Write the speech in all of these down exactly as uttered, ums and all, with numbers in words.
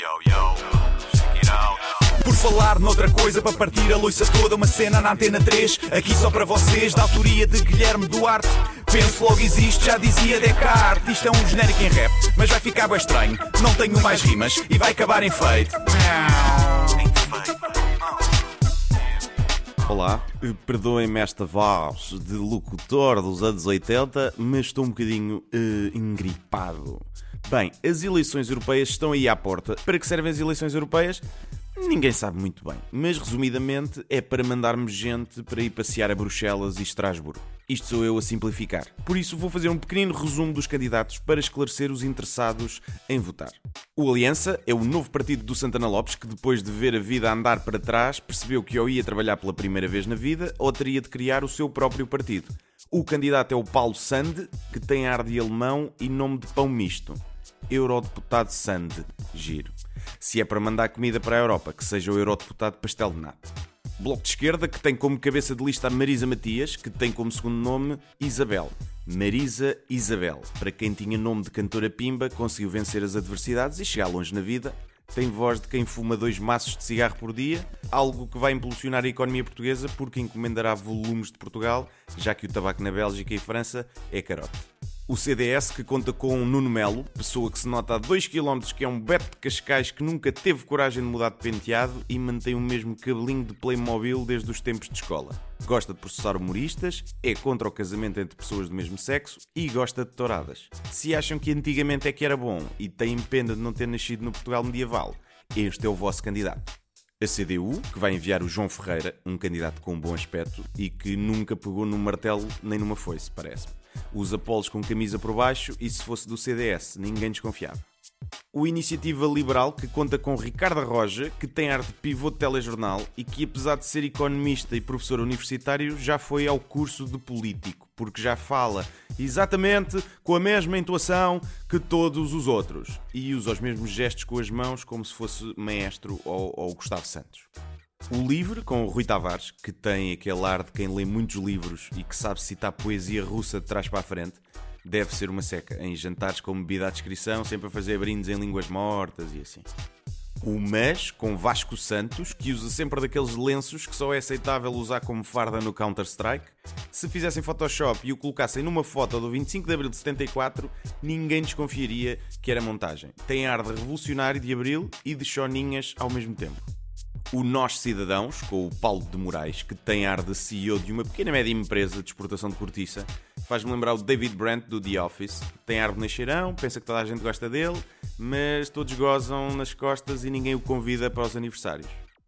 Por falar noutra coisa, para partir a loiça toda, uma cena na Antena três, aqui só para vocês, da autoria de Guilherme Duarte. Penso logo existe, já dizia Descartes. Isto é um genérico em rap, mas vai ficar bem estranho. Não tenho mais rimas e vai acabar em feito. Olá, perdoem-me esta voz de locutor dos anos oitenta, mas estou um bocadinho uh, engripado. Bem, as eleições europeias estão aí à porta. Para que servem as eleições europeias? Ninguém sabe muito bem, mas resumidamente é para mandarmos gente para ir passear a Bruxelas e Estrasburgo. Isto sou eu a simplificar. Por isso vou fazer um pequenino resumo dos candidatos para esclarecer os interessados em votar. O Aliança é o novo partido do Santana Lopes que, depois de ver a vida andar para trás, percebeu que ou ia trabalhar pela primeira vez na vida ou teria de criar o seu próprio partido. O candidato é o Paulo Sande, que tem ar de alemão e nome de pão misto. Eurodeputado Sande. Giro. Se é para mandar comida para a Europa, que seja o Eurodeputado Pastel de Nata. Bloco de Esquerda, que tem como cabeça de lista a Marisa Matias, que tem como segundo nome Isabel. Marisa Isabel. Para quem tinha nome de cantora pimba, conseguiu vencer as adversidades e chegar longe na vida. Tem voz de quem fuma dois maços de cigarro por dia, algo que vai impulsionar a economia portuguesa porque encomendará volumes de Portugal, já que o tabaco na Bélgica e França é carote. O C D S, que conta com Nuno Melo, pessoa que se nota a dois quilómetros que é um Beto de Cascais que nunca teve coragem de mudar de penteado e mantém o mesmo cabelinho de Playmobil desde os tempos de escola. Gosta de processar humoristas, é contra o casamento entre pessoas do mesmo sexo e gosta de touradas. Se acham que antigamente é que era bom e têm pena de não ter nascido no Portugal medieval, este é o vosso candidato. A C D U, que vai enviar o João Ferreira, um candidato com um bom aspecto e que nunca pegou num martelo nem numa foice, parece-me. Usa polos com camisa por baixo e, se fosse do C D S, ninguém desconfiava. O Iniciativa Liberal, que conta com Ricardo Roja, que tem ar de pivô de telejornal e que, apesar de ser economista e professor universitário, já foi ao curso de político, porque já fala exatamente com a mesma entoação que todos os outros e usa os mesmos gestos com as mãos como se fosse Maestro ou, ou Gustavo Santos. O Livre, com o Rui Tavares, que tem aquele ar de quem lê muitos livros e que sabe citar poesia russa de trás para a frente, deve ser uma seca, em jantares com bebida à descrição, sempre a fazer brindes em línguas mortas e assim. O Mas, com Vasco Santos, que usa sempre daqueles lenços que só é aceitável usar como farda no Counter-Strike. Se fizessem Photoshop e o colocassem numa foto do vinte e cinco de abril de setenta e quatro, ninguém desconfiaria que era montagem. Tem ar de revolucionário de abril e de choninhas ao mesmo tempo. O Nós Cidadãos, com o Paulo de Moraes, que tem ar de C E O de uma pequena média empresa de exportação de cortiça, faz-me lembrar o David Brent do The Office. Tem ar de nasceirão, pensa que toda a gente gosta dele, mas todos gozam nas costas e ninguém o convida para os aniversários.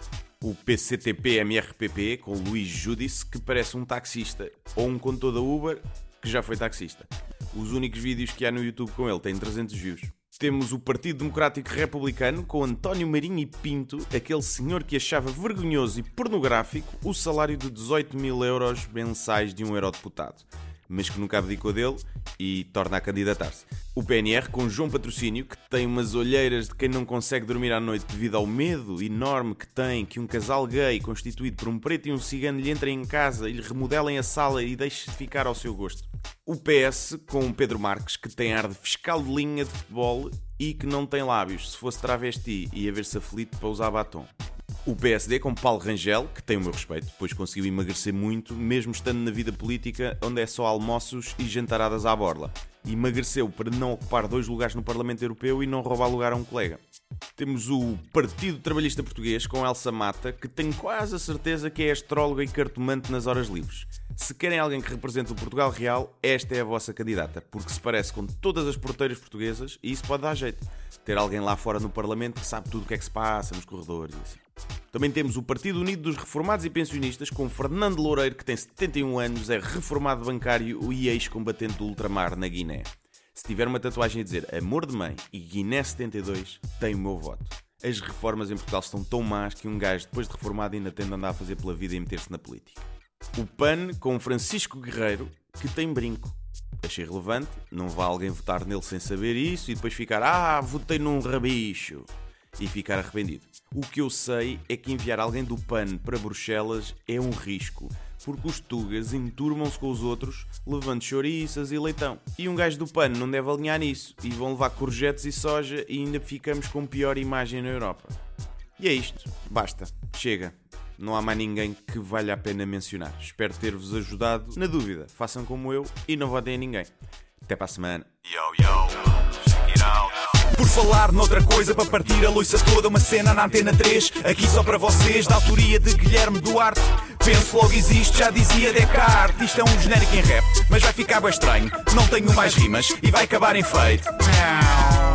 O P C T P M R P P, com Luís Judice, que parece um taxista, ou um condutor da Uber, que já foi taxista. Os únicos vídeos que há no YouTube com ele têm trezentos views. Temos o Partido Democrático Republicano com António Marinho e Pinto, aquele senhor que achava vergonhoso e pornográfico o salário de dezoito mil euros mensais de um eurodeputado, mas que nunca abdicou dele e torna a candidatar-se. O P N R com João Patrocínio, que tem umas olheiras de quem não consegue dormir à noite devido ao medo enorme que tem que um casal gay constituído por um preto e um cigano lhe entrem em casa e lhe remodelem a sala e deixem ficar ao seu gosto. O P S com Pedro Marques, que tem ar de fiscal de linha de futebol e que não tem lábios. Se fosse travesti, ia ver-se aflito para usar batom. O P S D com Paulo Rangel, que tem o meu respeito, pois conseguiu emagrecer muito, mesmo estando na vida política, onde é só almoços e jantaradas à borla. Emagreceu para não ocupar dois lugares no Parlamento Europeu e não roubar lugar a um colega. Temos o Partido Trabalhista Português com Elsa Mata, que tenho quase a certeza que é astróloga e cartomante nas horas livres. Se querem alguém que represente o Portugal Real, esta é a vossa candidata, porque se parece com todas as porteiras portuguesas e isso pode dar jeito. Ter alguém lá fora no Parlamento que sabe tudo o que é que se passa nos corredores e assim. Também temos o Partido Unido dos Reformados e Pensionistas com Fernando Loureiro, que tem setenta e um anos, é reformado bancário e ex-combatente do ultramar na Guiné. Se tiver uma tatuagem a dizer Amor de Mãe e Guiné setenta e dois, tem o meu voto. As reformas em Portugal estão tão más que um gajo depois de reformado ainda tem de andar a fazer pela vida e meter-se na política. O P A N com Francisco Guerreiro, que tem brinco. Achei relevante, não vá alguém votar nele sem saber isso e depois ficar ah, votei num rabicho e ficar arrependido. O que eu sei é que enviar alguém do P A N para Bruxelas é um risco, porque os tugas enturmam-se com os outros, levando chouriças e leitão. E um gajo do pano não deve alinhar nisso, e vão levar courgettes e soja e ainda ficamos com pior imagem na Europa. E é isto, basta, chega. Não há mais ninguém que valha a pena mencionar. Espero ter-vos ajudado. Na dúvida, façam como eu e não votem a ninguém. Até para a semana. Yo, yo, check it out. Por falar noutra coisa, para partir a loiça toda, uma cena na Antena três, aqui só para vocês, da autoria de Guilherme Duarte. Penso logo existe, já dizia Descartes. Isto é um genérico em rap, mas vai ficar bem estranho. Não tenho mais rimas e vai acabar em feito.